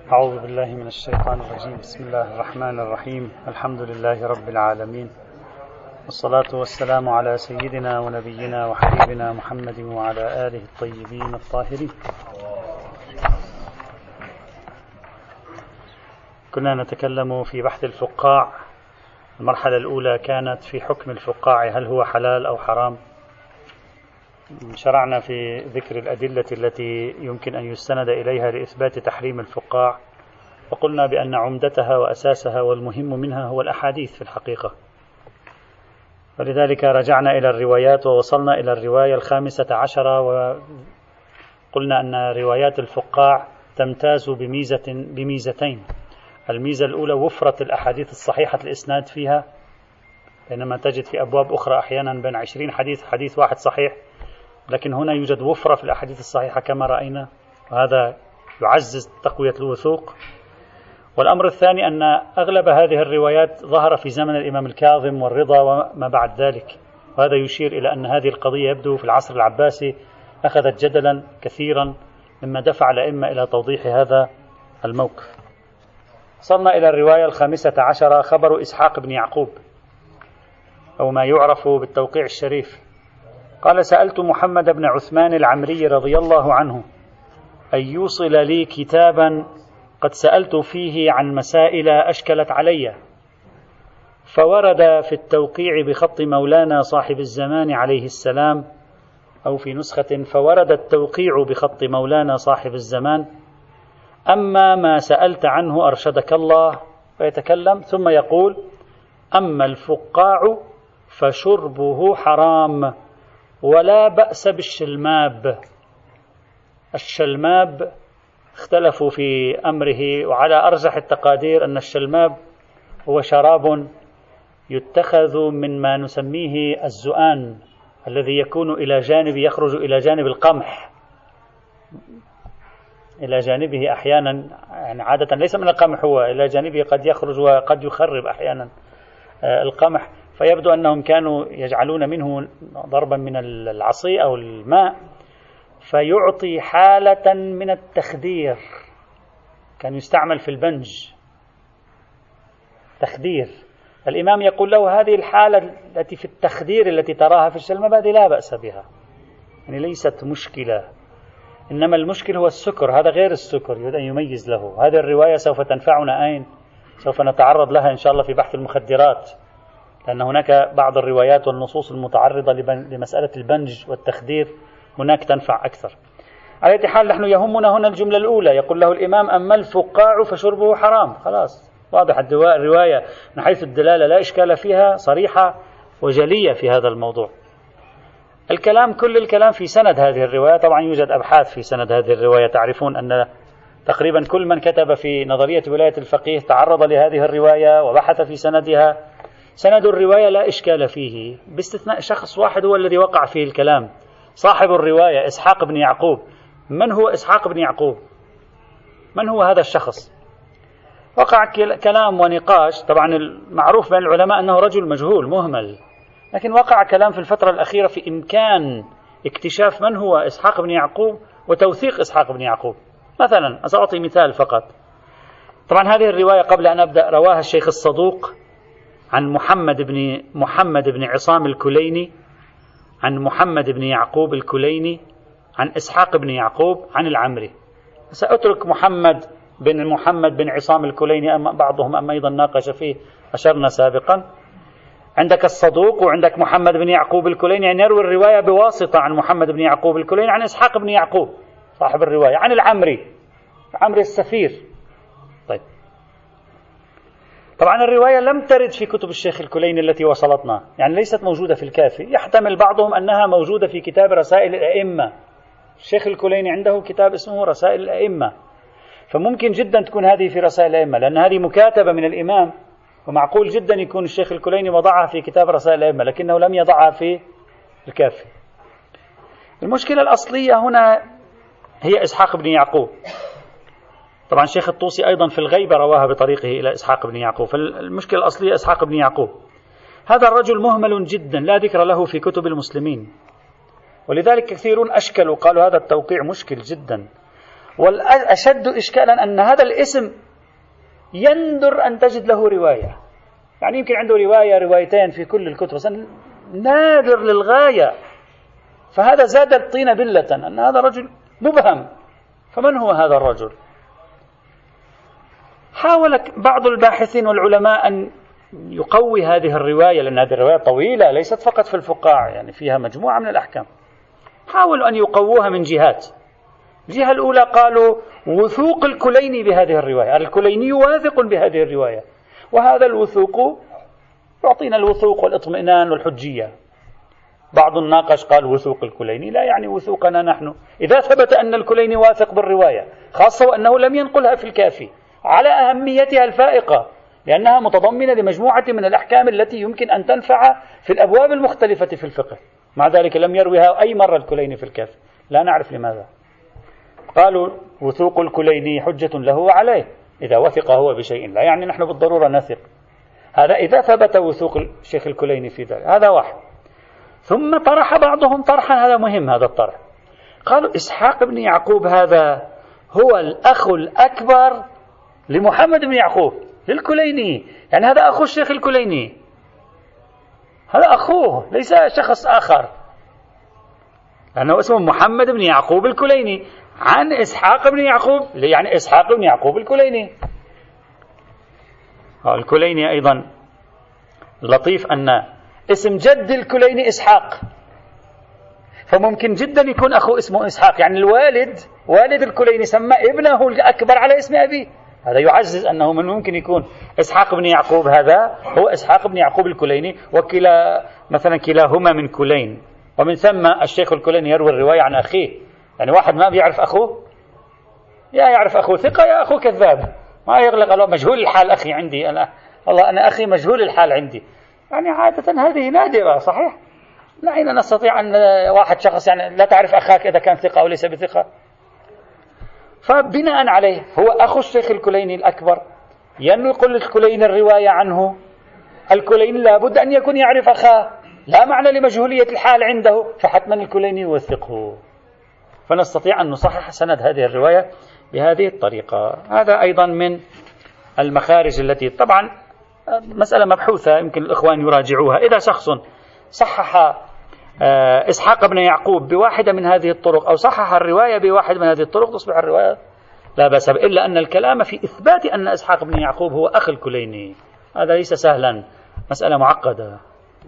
أعوذ بالله من الشيطان الرجيم. بسم الله الرحمن الرحيم. الحمد لله رب العالمين، والصلاة والسلام على سيدنا ونبينا وحبيبنا محمد وعلى آله الطيبين الطاهرين. كنا نتكلم في بحث الفقاع. المرحلة الأولى كانت في حكم الفقاع، هل هو حلال أو حرام. شرعنا في ذكر الأدلة التي يمكن أن يستند إليها لإثبات تحريم الفقاع، وقلنا بأن عمدتها وأساسها والمهم منها هو الأحاديث في الحقيقة، ولذلك رجعنا إلى الروايات ووصلنا إلى الرواية 15، وقلنا أن روايات الفقاع تمتاز بميزتين. الميزة الأولى وفرة الأحاديث الصحيحة الإسناد فيها، بينما تجد في أبواب أخرى أحيانا بين 20 حديث واحد صحيح، لكن هنا يوجد وفرة في الأحاديث الصحيحة كما رأينا، وهذا يعزز تقوية الوثوق. والأمر الثاني أن أغلب هذه الروايات ظهر في زمن الإمام الكاظم والرضا وما بعد ذلك، وهذا يشير إلى أن هذه القضية يبدو في العصر العباسي أخذت جدلا كثيرا، مما دفع الأئمة إلى توضيح هذا الموقف. وصلنا إلى الرواية 15، خبر إسحاق بن يعقوب، أو ما يعرف بالتوقيع الشريف. قال: سألت محمد بن عثمان العمري رضي الله عنه أن يوصل لي كتابا قد سألت فيه عن مسائل أشكلت علي، فورد في التوقيع بخط مولانا صاحب الزمان عليه السلام، أو في نسخة فورد التوقيع بخط مولانا صاحب الزمان: أما ما سألت عنه أرشدك الله. فيتكلم ثم يقول: أما الفقاع فشربه حرام، ولا بأس بالشلماب. الشلماب اختلفوا في أمره، وعلى أرجح التقادير أن الشلماب هو شراب يتخذ من ما نسميه الزؤان، الذي يكون يخرج إلى جانب القمح، إلى جانبه أحيانا، يعني عادة ليس من القمح، هو إلى جانبه قد يخرج وقد يخرب أحيانا القمح. فيبدو أنهم كانوا يجعلون منه ضربا من العصي أو الماء، فيعطي حالة من التخدير. كان يستعمل في البنج تخدير. الإمام يقول له: هذه الحالة التي في التخدير التي تراها في الشلمب هذه لا بأس بها، يعني ليست مشكلة، إنما المشكل هو السكر، هذا غير السكر، يريد أن يميز له. هذه الرواية سوف تنفعنا أين؟ سوف نتعرض لها إن شاء الله في بحث المخدرات، لأن هناك بعض الروايات والنصوص المتعرضة لمسألة البنج والتخدير هناك تنفع أكثر. على أي حال نحن يهمنا هنا الجملة الأولى، يقول له الإمام: أما الفقاع فشربه حرام. خلاص واضح الرواية من حيث الدلالة لا إشكال فيها، صريحة وجلية في هذا الموضوع. كل الكلام في سند هذه الرواية. طبعا يوجد أبحاث في سند هذه الرواية، تعرفون أن تقريبا كل من كتب في نظرية ولاية الفقيه تعرض لهذه الرواية وبحث في سندها. سند الرواية لا إشكال فيه، باستثناء شخص واحد هو الذي وقع فيه الكلام، صاحب الرواية إسحاق بن يعقوب. من هو إسحاق بن يعقوب؟ من هو هذا الشخص؟ وقع كلام ونقاش. طبعا المعروف بين العلماء أنه رجل مجهول مهمل، لكن وقع كلام في الفترة الأخيرة في إمكان اكتشاف من هو إسحاق بن يعقوب وتوثيق إسحاق بن يعقوب. مثلا سأعطي مثال فقط. طبعا هذه الرواية قبل أن أبدأ رواها الشيخ الصدوق عن محمد بن عصام الكليني، عن محمد بن يعقوب الكليني، عن إسحاق بن يعقوب، عن العمري. سأترك محمد بن عصام الكليني، أما بعضهم أيضا ناقش فيه، أشرنا سابقا. عندك الصدوق وعندك محمد بن يعقوب الكليني، يعني يروي الرواية بواسطة عن محمد بن يعقوب الكليني عن إسحاق بن يعقوب صاحب الرواية، عن العمري السفير. طيب، طبعا الرواية لم ترد في كتب الشيخ الكليني التي وصلتنا، يعني ليست موجودة في الكافي. يحتمل بعضهم أنها موجودة في كتاب رسائل الأئمة. الشيخ الكليني عنده كتاب اسمه رسائل الأئمة، فممكن جدا تكون هذه في رسائل الأئمة، لأن هذه مكاتبة من الإمام، ومعقول جدا يكون الشيخ الكليني وضعها في كتاب رسائل الأئمة لكنه لم يضعها في الكافي. المشكلة الأصلية هنا هي إسحاق بن يعقوب. طبعا الشيخ الطوسي أيضا في الغيبة رواها بطريقه إلى إسحاق بن يعقوب، فالمشكلة الأصلية إسحاق بن يعقوب. هذا الرجل مهمل جدا، لا ذكر له في كتب المسلمين، ولذلك كثيرون أشكلوا، قالوا هذا التوقيع مشكل جدا. والأشد إشكالا أن هذا الاسم يندر أن تجد له رواية، يعني يمكن عنده رواية روايتين في كل الكتب، نادر للغاية. فهذا زاد الطين بلة أن هذا رجل مبهم. فمن هو هذا الرجل؟ حاول بعض الباحثين والعلماء أن يقوي هذه الرواية، لأن هذه الرواية طويلة ليست فقط في الفقاع، يعني فيها مجموعة من الأحكام. حاولوا أن يقووها من جهات. الجهة الأولى قالوا وثوق الكليني بهذه الرواية، الكليني واثق بهذه الرواية، وهذا الوثوق يعطينا الوثوق والإطمئنان والحجية. بعض الناقش قال وثوق الكليني لا يعني وثوقنا نحن، إذا ثبت أن الكليني واثق بالرواية، خاصة وأنه لم ينقلها في الكافي، على أهميتها الفائقة، لأنها متضمنة لمجموعة من الأحكام التي يمكن أن تنفع في الأبواب المختلفة في الفقه. مع ذلك لم يرويها أي مرة الكليني في الكافي، لا نعرف لماذا. قالوا وثوق الكليني حجة له وعليه، إذا وثق هو بشيء لا يعني نحن بالضرورة نثق. هذا إذا ثبت وثوق الشيخ الكليني في ذلك، هذا واحد. ثم طرح بعضهم طرحا، هذا مهم هذا الطرح، قالوا إسحاق بن يعقوب هذا هو الأخ الأكبر لمحمد بن يعقوب للكليني، يعني هذا أخو الشيخ الكليني، هذا أخوه ليس شخص آخر، لأنه اسمه محمد بن يعقوب الكليني عن إسحاق بن يعقوب، يعني إسحاق بن يعقوب الكليني. الكليني أيضا لطيف أن اسم جد الكليني إسحاق، فممكن جدا يكون أخو اسمه إسحاق، يعني والد الكليني سمى ابنه الأكبر على اسم أبيه. هذا يعزز أنه من ممكن يكون إسحاق بن يعقوب هذا هو إسحاق بن يعقوب الكليني، وكلا مثلا كلاهما من كلين، ومن ثم الشيخ الكليني يروي الرواية عن أخيه. يعني واحد ما بيعرف أخوه، يا يعرف أخوه ثقة يا أخوه كذاب، ما يغلق الله مجهول الحال أخي عندي، أنا أخي مجهول الحال عندي. يعني عادة هذه نادرة صحيح، لا أين نستطيع أن واحد شخص يعني لا تعرف أخاك إذا كان ثقة أو ليس بثقة. فبناء عليه هو أخو الشيخ الكليني الأكبر، ينقل الكليني الرواية عنه، الكليني لابد أن يكون يعرف أخاه، لا معنى لمجهولية الحال عنده، فحتما الكليني يوثقه. فنستطيع أن نصحح سند هذه الرواية بهذه الطريقة. هذا أيضا من المخارج التي طبعا مسألة مبحوثة، يمكن الإخوان يراجعوها. إذا شخص صحح إسحاق بن يعقوب بواحدة من هذه الطرق، أو صحح الرواية بواحد من هذه الطرق، تصبح الرواية لا بأس، إلا أن الكلام في إثبات أن إسحاق بن يعقوب هو أخ الكليني، هذا ليس سهلا، مسألة معقدة.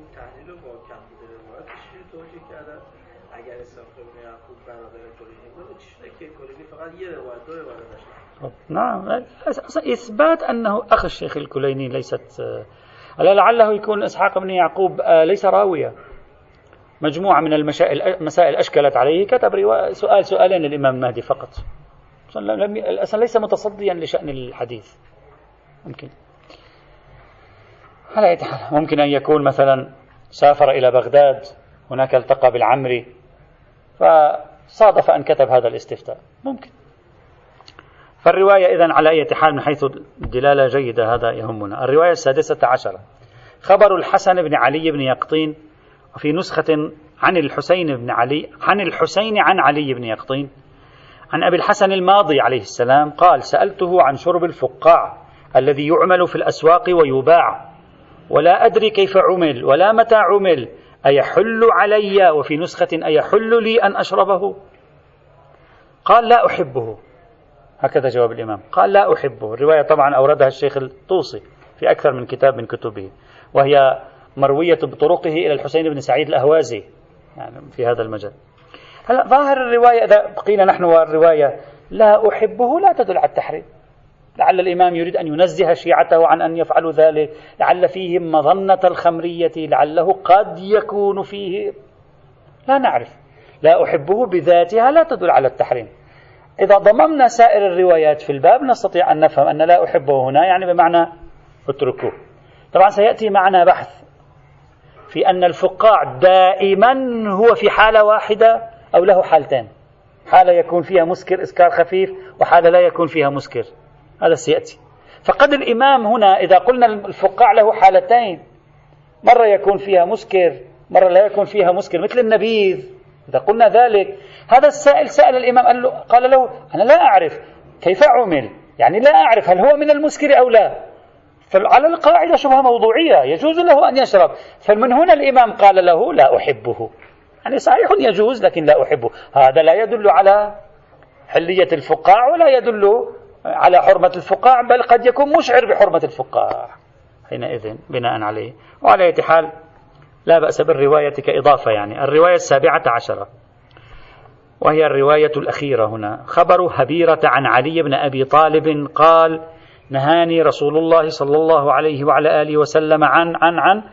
نعم، إثبات أنه أخ الشيخ الكليني ليست، لعله يكون إسحاق بن يعقوب ليس راوية، مجموعة من المسائل أشكلت عليه، كتب سؤالين للإمام المهدي فقط، أصلا ليس متصديا لشأن الحديث. ممكن على أي حال ممكن أن يكون مثلا سافر إلى بغداد، هناك التقى بالعمري فصادف أن كتب هذا الاستفتاء، ممكن. فالرواية إذن على أي حال من حيث الدلالة جيدة، هذا يهمنا. الرواية 16 خبر الحسن بن علي بن يقطين، وفي نسخة عن الحسين بن علي عن علي بن يقطين عن أبي الحسن الماضي عليه السلام قال: سألته عن شرب الفقاع الذي يعمل في الأسواق ويباع، ولا أدري كيف عمل ولا متى عمل، أيحل علي؟ وفي نسخة أيحل لي أن أشربه؟ قال: لا أحبه. هكذا جواب الإمام، قال: لا أحبه. الرواية طبعا أوردها الشيخ الطوسي في أكثر من كتاب من كتبه، وهي مروية بطرقه إلى الحسين بن سعيد الأهوازي يعني في هذا المجال. هلا ظاهر الرواية إذا بقينا نحن والرواية لا أحبه لا تدل على التحريم، لعل الإمام يريد أن ينزه شيعته عن أن يفعلوا ذلك، لعل فيهم مظنة الخمرية، لعله قد يكون فيه، لا نعرف. لا أحبه بذاتها لا تدل على التحريم. إذا ضممنا سائر الروايات في الباب نستطيع أن نفهم أن لا أحبه هنا يعني بمعنى اتركوه. طبعا سيأتي معنا بحث في أن الفقاع دائما هو في حالة واحدة أو له حالتين، حالة يكون فيها مسكر إسكار خفيف، وحالة لا يكون فيها مسكر، هذا سيأتي. فقد الإمام هنا إذا قلنا الفقاع له حالتين، مرة يكون فيها مسكر مرة لا يكون فيها مسكر، مثل النبيذ، إذا قلنا ذلك هذا السائل سأل الإمام قال له أنا لا أعرف كيف عمل، يعني لا أعرف هل هو من المسكر أو لا، فعلى القاعدة شبهة موضوعية يجوز له أن يشرب، فمن هنا الإمام قال له لا أحبه، يعني صحيح يجوز لكن لا أحبه. هذا لا يدل على حلية الفقاع ولا يدل على حرمة الفقاع، بل قد يكون مشعر بحرمة الفقاع حينئذ بناء عليه. وعلى أي حال لا بأس بالرواية كإضافة. يعني الرواية 17 وهي الرواية الأخيرة هنا، خبر هبيرة عن علي بن أبي طالب قال نهاني رسول الله صلى الله عليه وعلى آله وسلم عن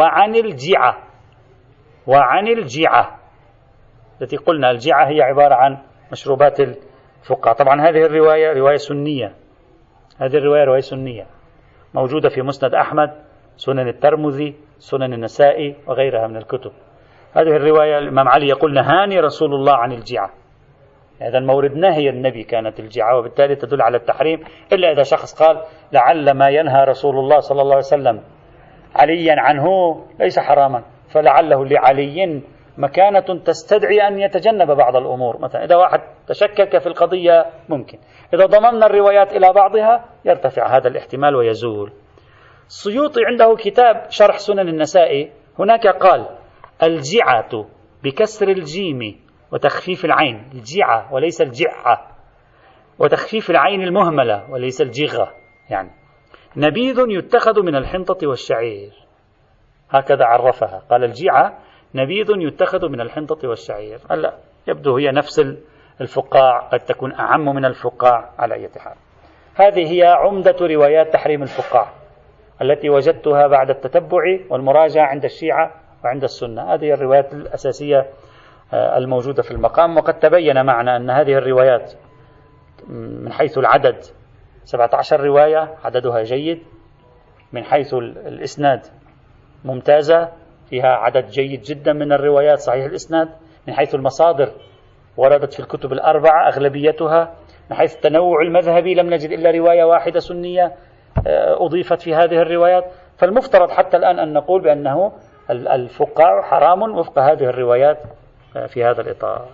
وعن الجعة التي قلنا الجعة هي عبارة عن مشروبات الفقاع. طبعا هذه الرواية رواية سنية، هذه الرواية رواية سنية موجودة في مسند أحمد، سنن الترمذي، سنن النسائي وغيرها من الكتب. هذه الرواية الإمام علي يقول نهاني رسول الله عن الجعة، هذا المورد نهي النبي كانت الجعة، وبالتالي تدل على التحريم، إلا إذا شخص قال لعل ما ينهى رسول الله صلى الله عليه وسلم عليا عنه ليس حراما، فلعله لعلي مكانة تستدعي أن يتجنب بعض الأمور. مثلا إذا واحد تشكك في القضية ممكن، إذا ضممنا الروايات إلى بعضها يرتفع هذا الاحتمال ويزول. السيوطي عنده كتاب شرح سنن النسائي، هناك قال الجعة بكسر الجيم وتخفيف العين، الجعة وليس الجعة، وتخفيف العين المهملة وليس الجغة، يعني نبيذ يتخذ من الحنطة والشعير، هكذا عرفها، قال الجعة نبيذ يتخذ من الحنطة والشعير. هلا يبدو هي نفس الفقاع، قد تكون أعم من الفقاع. على أي حال هذه هي عمدة روايات تحريم الفقاع التي وجدتها بعد التتبع والمراجعة عند الشيعة وعند السنة. هذه الروايات الأساسية الموجودة في المقام، وقد تبين معنا أن هذه الروايات من حيث العدد 17 رواية عددها جيد، من حيث الإسناد ممتازة فيها عدد جيد جدا من الروايات صحيح الإسناد، من حيث المصادر وردت في الكتب الأربعة أغلبيتها، من حيث التنوع المذهبي لم نجد إلا رواية واحدة سنية أضيفت في هذه الروايات. فالمفترض حتى الآن أن نقول بأنه الفقاع حرام وفق هذه الروايات في هذا الإطار.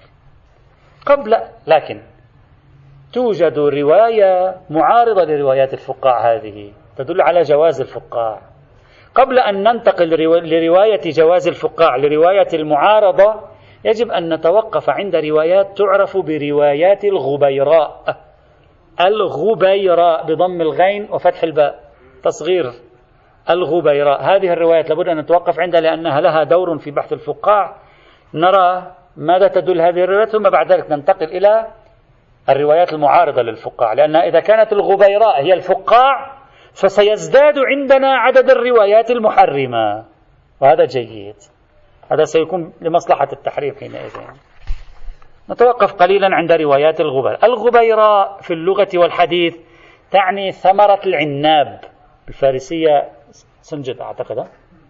لكن توجد رواية معارضة لروايات الفقاع هذه تدل على جواز الفقاع. قبل أن ننتقل لرواية جواز الفقاع لرواية المعارضة، يجب أن نتوقف عند روايات تعرف بروايات الغبيراء، الغبيراء بضم الغين وفتح الباء تصغير الغبيراء. هذه الروايات لابد أن نتوقف عندها لأنها لها دور في بحث الفقاع، نرى ماذا تدل هذه الروايات، ثم بعد ذلك ننتقل إلى الروايات المعارضة للفقاع، لأن إذا كانت الغبيراء هي الفقاع فسيزداد عندنا عدد الروايات المحرمة، وهذا جيد، هذا سيكون لمصلحة التحريم حينئذ. نتوقف قليلا عند روايات الغبيراء. الغبيراء في اللغة والحديث تعني ثمرة العناب، بالفارسية سنجد أعتقد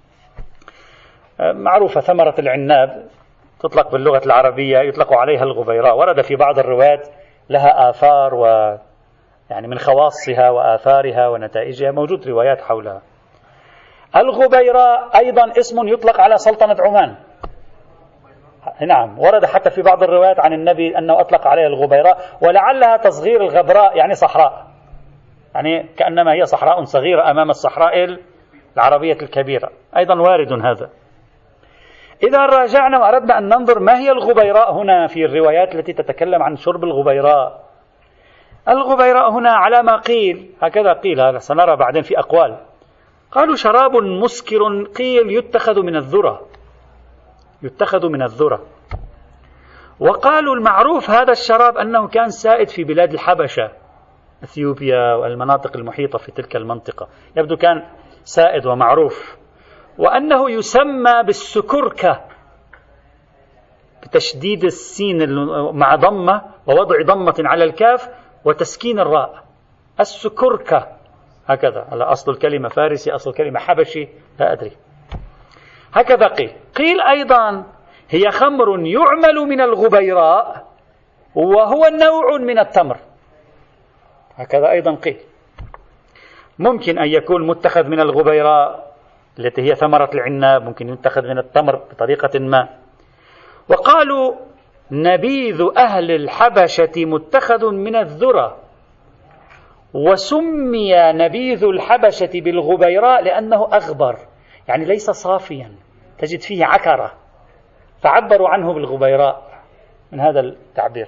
معروفة، ثمرة العناب تطلق باللغة العربية يطلق عليها الغبيراء. ورد في بعض الروايات لها آثار يعني من خواصها وآثارها ونتائجها، موجود روايات حولها. الغبيراء أيضا اسم يطلق على سلطنة عمان، نعم ورد حتى في بعض الروايات عن النبي أنه أطلق عليها الغبيراء، ولعلها تصغير الغبراء يعني صحراء، يعني كأنما هي صحراء صغيرة أمام الصحراء العربية الكبيرة، أيضا وارد هذا. إذا راجعنا وأردنا أن ننظر ما هي الغبيراء هنا في الروايات التي تتكلم عن شرب الغبيراء، الغبيراء هنا على ما قيل، هكذا قيل، هذا سنرى بعدين في أقوال، قالوا شراب مسكر قيل يتخذ من الذرة، يتخذ من الذرة. وقالوا المعروف هذا الشراب أنه كان سائد في بلاد الحبشة، أثيوبيا والمناطق المحيطة في تلك المنطقة، يبدو كان سائد ومعروف، وأنه يسمى بالسكركة بتشديد السين مع ضمة ووضع ضمة على الكاف وتسكين الراء، السكركة هكذا، على أصل الكلمة فارسي أصل الكلمة حبشي لا أدري، هكذا قيل أيضا هي خمر يعمل من الغبيراء وهو نوع من التمر، هكذا أيضا قيل، ممكن أن يكون متخذ من الغبيراء التي هي ثمرة العناب، ممكن يتخذ من التمر بطريقة ما. وقالوا نبيذ أهل الحبشة متخذ من الذرة، وسمي نبيذ الحبشة بالغبيراء لأنه أغبر، يعني ليس صافيا، تجد فيه عكرة، فعبروا عنه بالغبيراء من هذا التعبير.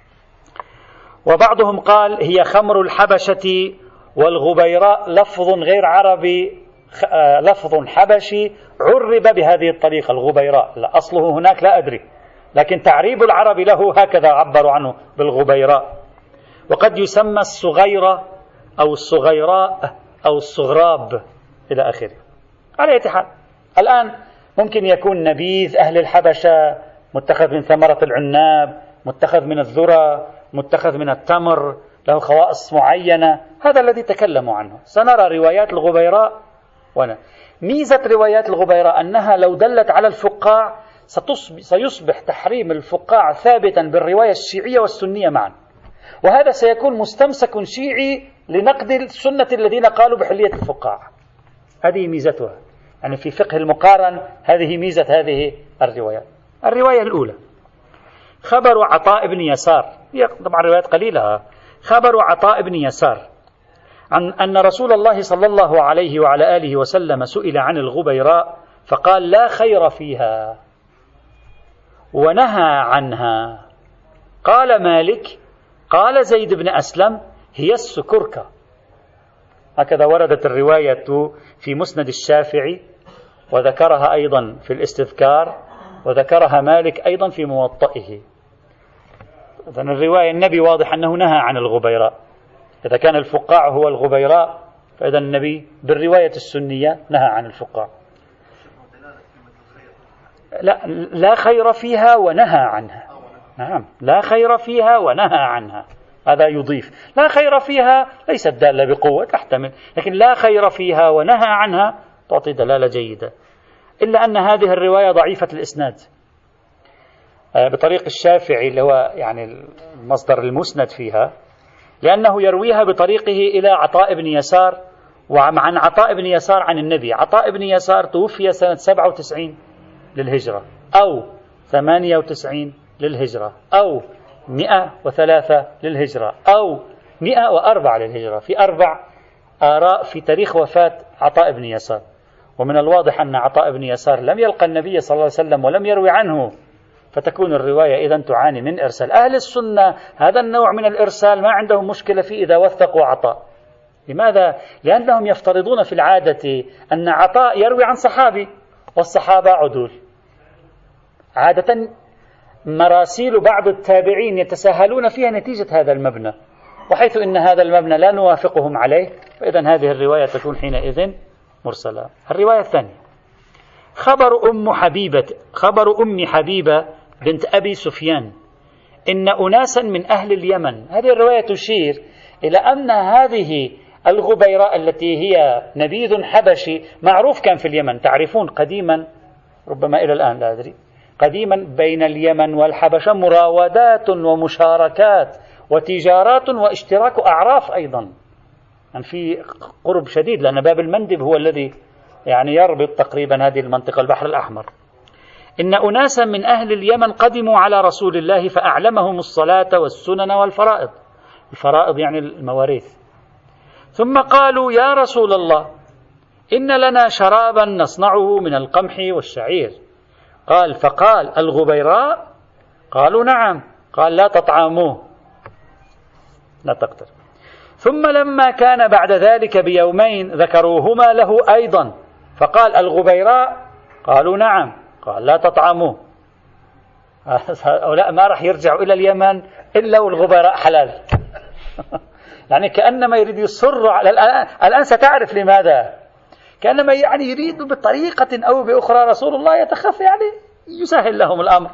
وبعضهم قال هي خمر الحبشة، والغبيراء لفظ غير عربي، لفظ حبشي عرب بهذه الطريقة الغبيراء، لا أصله هناك لا أدري، لكن تعريب العرب له هكذا عبروا عنه بالغبيراء. وقد يسمى الصغيرة أو الصغيراء أو الصغراب إلى آخره. على أي حال الآن ممكن يكون نبيذ أهل الحبشة متخذ من ثمرة العناب، متخذ من الذرة، متخذ من التمر، له خواص معينة، هذا الذي تكلموا عنه. سنرى روايات الغبيراء. ميزة روايات الغبيراء أنها لو دلت على الفقاع سيصبح تحريم الفقاع ثابتا بالرواية الشيعية والسنية معا، وهذا سيكون مستمسك شيعي لنقد السنة الذين قالوا بحلية الفقاع. هذه ميزتها، يعني في فقه المقارن هذه ميزة هذه الروايات. الرواية الأولى خبر عطاء بن يسار، هي طبعا روايات قليلة. خبر عطاء بن يسار عن أن رسول الله صلى الله عليه وعلى آله وسلم سئل عن الغبيراء فقال لا خير فيها ونهى عنها. قال مالك قال زيد بن أسلم هي السكركة. هكذا وردت الرواية في مسند الشافعي، وذكرها أيضا في الاستذكار، وذكرها مالك أيضا في موطئه. إذن الرواية النبي واضح أنه نهى عن الغبيراء. إذا كان الفقاع هو الغبيراء فإذا النبي بالرواية السنية نهى عن الفقاع. لا خير فيها ونهى عنها. نعم، لا خير فيها ونهى عنها، هذا يضيف. لا خير فيها ليست دالة بقوة، تحتمل، لكن لا خير فيها ونهى عنها تعطي دلالة جيدة. إلا أن هذه الرواية ضعيفة الإسناد بطريق الشافعي اللي هو يعني المصدر المسند فيها، لأنه يرويها بطريقه إلى عطاء بن يسار، وعن عطاء بن يسار عن النبي. عطاء بن يسار توفي سنة 97 للهجرة أو 98 للهجرة أو 103 للهجرة أو 104 للهجرة. في 4 آراء في تاريخ وفاة عطاء بن يسار، ومن الواضح أن عطاء بن يسار لم يلقى النبي صلى الله عليه وسلم ولم يروي عنه، فتكون الرواية إذن تعاني من إرسال. أهل السنة هذا النوع من الإرسال ما عندهم مشكلة فيه إذا وثقوا عطاء. لماذا؟ لأنهم يفترضون في العادة أن عطاء يروي عن صحابي والصحابة عدول. عادة مراسيل بعض التابعين يتساهلون فيها نتيجة هذا المبنى، وحيث إن هذا المبنى لا نوافقهم عليه فإذن هذه الرواية تكون حينئذ مرسلة. الرواية الثانية خبر أم حبيبة بنت أبي سفيان إن أناسا من أهل اليمن. هذه الرواية تشير إلى أن هذه الغبيراء التي هي نبيذ حبشي معروف كان في اليمن. تعرفون قديما، ربما إلى الآن لا أدري، قديما بين اليمن والحبشة مراودات ومشاركات وتجارات واشتراك أعراف أيضا، يعني في قرب شديد، لأن باب المندب هو الذي يعني يربط تقريبا هذه المنطقة البحر الأحمر. إن أناسا من أهل اليمن قدموا على رسول الله فأعلمهم الصلاة والسنن والفرائض. الفرائض يعني المواريث. ثم قالوا يا رسول الله إن لنا شرابا نصنعه من القمح والشعير. فقال الغبيراء؟ قالوا نعم. قال لا تطعموه، لا تقتل. ثم لما كان بعد ذلك بيومين ذكروهما له أيضا، فقال الغبيراء؟ قالوا نعم. قال لا تطعموه. هؤلاء ما راح يرجعوا إلى اليمن إلا والغبيراء حلال. يعني كأنما يريد يصر على الآن ستعرف لماذا، كأنما يعني يريد بطريقة أو بأخرى رسول الله يتخف، يعني يسهل لهم الأمر،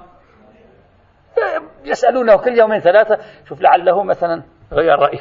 يسألونه كل يومين 3، شوف لعله مثلا غير رأيه.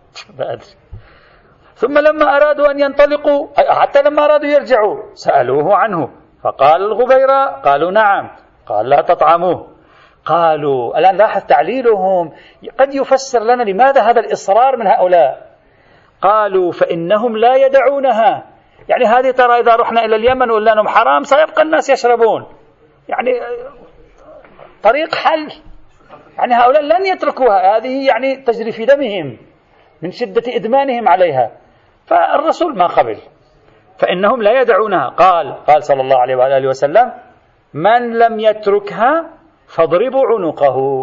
ثم لما أرادوا أن ينطلقوا، حتى لما أرادوا يرجعوا سألوه عنه، فقال الغبيراء؟ قالوا نعم. قال لا تطعموه. قالوا، الآن لاحظ تعليلهم قد يفسر لنا لماذا هذا الإصرار من هؤلاء. قالوا فإنهم لا يدعونها، يعني هذه ترى إذا رحنا إلى اليمن وقلنا لهم حرام سيبقى الناس يشربون، يعني طريق حل. يعني هؤلاء لن يتركوها، هذه يعني تجري في دمهم من شدة إدمانهم عليها، فالرسول ما قبل، فإنهم لا يدعونها. قال صلى الله عليه وآله وسلم: من لم يتركها فاضربوا عنقه،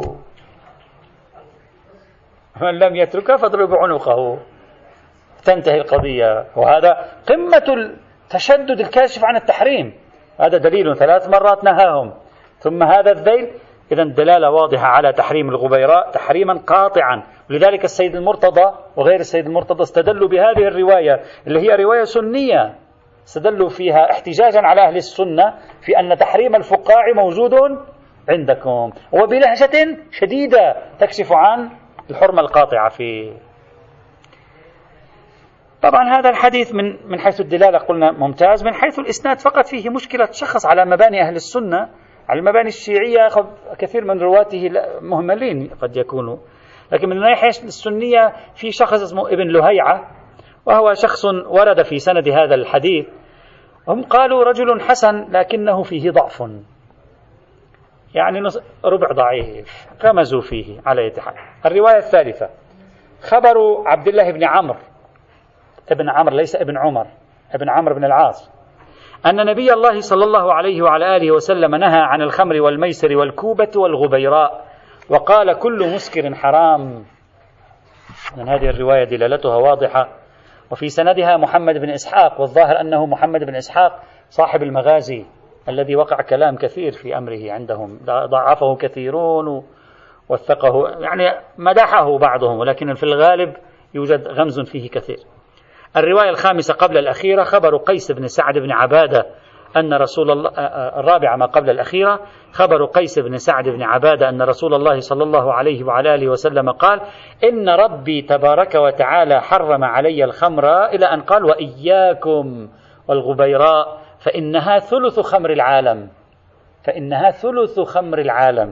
من لم يتركها فاضربوا عنقه، تنتهي القضية. وهذا قمة التشدد الكاشف عن التحريم، هذا دليل 3 مرات نهاهم، ثم هذا الذيل. إذن دلالة واضحة على تحريم الغبيراء تحريما قاطعا. ولذلك السيد المرتضى وغير السيد المرتضى استدلوا بهذه الرواية اللي هي رواية سنية، استدلوا فيها احتجاجا على أهل السنة في أن تحريم الفقاع موجود عندكم، وبلهجة شديدة تكشف عن الحرمة القاطعة فيه. طبعا هذا الحديث من حيث الدلالة قلنا ممتاز، من حيث الإسناد فقط فيه مشكلة شخص على مباني أهل السنة. على المباني الشيعية كثير من رواته مهملين قد يكونوا، لكن من الناحية السنية في شخص اسمه ابن لهيعة، وهو شخص ورد في سند هذا الحديث. هم قالوا رجل حسن لكنه فيه ضعف، يعني ربع ضعيف، رمزوا فيه على يد حال. الرواية الثالثة خبر عبد الله بن عمرو، ابن عمرو ليس ابن عمر، ابن عمرو بن العاص، أن نبي الله صلى الله عليه وعلى آله وسلم نهى عن الخمر والميسر والكوبة والغبيراء، وقال كل مسكر حرام. من هذه الرواية دلالتها واضحة، وفي سندها محمد بن إسحاق، والظاهر أنه محمد بن إسحاق صاحب المغازي الذي وقع كلام كثير في أمره عندهم، ضعفه كثيرون وثقه، يعني مدحه بعضهم، ولكن في الغالب يوجد غمز فيه كثير. الرواية الخامسة قبل الأخيرة خبر قيس بن سعد بن عبادة أن رسول الله، الرابعة ما قبل الأخيرة خبر قيس بن سعد بن عبادة أن رسول الله صلى الله عليه وعلى آله وسلم قال: إن ربي تبارك وتعالى حرم علي الخمر، إلى أن قال: وإياكم والغبيراء فإنها ثلث خمر العالم، فإنها ثلث خمر العالم.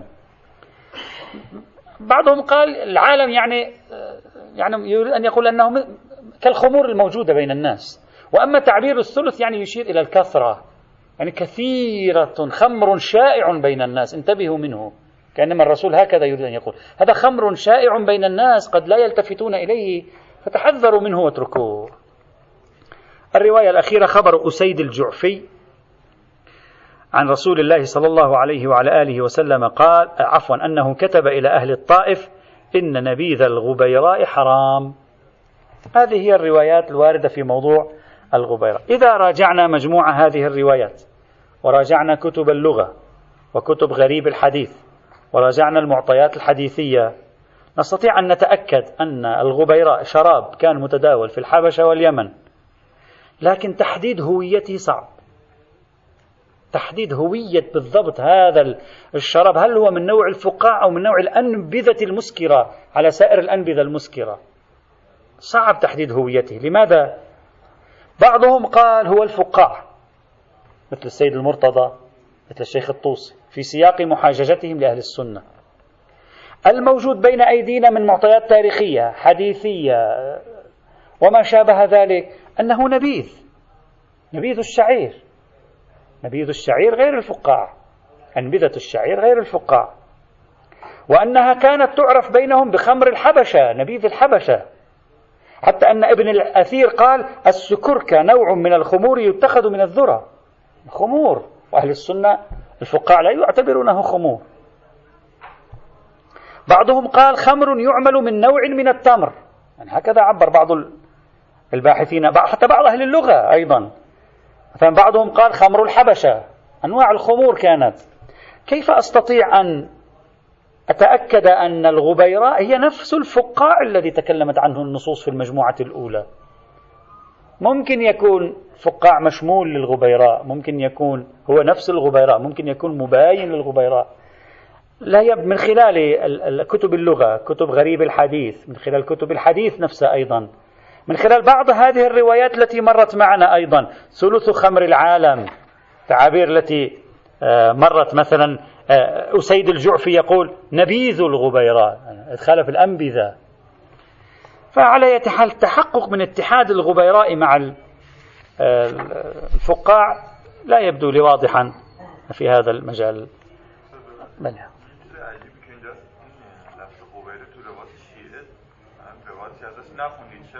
بعضهم قال العالم يعني يريد أن يقول أنه كالخمور الموجودة بين الناس، وأما تعبير الثلث يعني يشير إلى الكثرة، يعني كثيرة، خمر شائع بين الناس، انتبهوا منه، كأنما الرسول هكذا يريد أن يقول هذا خمر شائع بين الناس قد لا يلتفتون إليه، فتحذروا منه واتركوه. الرواية الأخيرة خبر أسيد الجعفي عن رسول الله صلى الله عليه وعلى آله وسلم قال، أنه كتب إلى أهل الطائف: إن نبيذ الغبيراء حرام. هذه هي الروايات الواردة في موضوع الغبيراء. إذا راجعنا مجموعة هذه الروايات، وراجعنا كتب اللغة وكتب غريب الحديث، وراجعنا المعطيات الحديثية، نستطيع أن نتأكد أن الغبيراء شراب كان متداول في الحبشة واليمن، لكن تحديد هويته صعب. تحديد هوية بالضبط هذا الشراب، هل هو من نوع الفقاع أو من نوع الأنبذة المسكرة على سائر الأنبذة المسكرة، صعب تحديد هويته. لماذا؟ بعضهم قال هو الفقاع مثل السيد المرتضى، مثل الشيخ الطوسي، في سياق محاججتهم لأهل السنة. الموجود بين أيدينا من معطيات تاريخية حديثية وما شابه ذلك أنه نبيذ الشعير، نبيذ الشعير غير الفقاع، أنبذة الشعير غير الفقاع، وأنها كانت تعرف بينهم بخمر الحبشة، نبيذ الحبشة، حتى أن ابن الأثير قال: السكركة نوع من الخمور يتخذ من الذرة، خمور، وأهل السنة الفقاع لا يعتبرونه خمور. بعضهم قال خمر يعمل من نوع من التمر، يعني هكذا عبر بعض الباحثين، حتى بعض أهل اللغة أيضا. مثلا بعضهم قال خمر الحبشة، أنواع الخمور كانت. كيف أستطيع أن أتأكد أن الغبيراء هي نفس الفقاع الذي تكلمت عنه النصوص في المجموعة الأولى؟ ممكن يكون فقاع مشمول للغبيراء، ممكن يكون هو نفس الغبيراء، ممكن يكون مباين للغبيراء. لا من خلال كتب اللغة، كتب غريب الحديث، من خلال كتب الحديث نفسها أيضا، من خلال بعض هذه الروايات التي مرت معنا أيضا، ثلث خمر العالم، تعابير التي مرت. مثلا أسيد الجعفي يقول نبيذ الغبيراء، ادخال في الأنبذة. فعلى أي حال التحقق من اتحاد الغبيراء مع الفقاع لا يبدو لي واضحا في هذا المجال.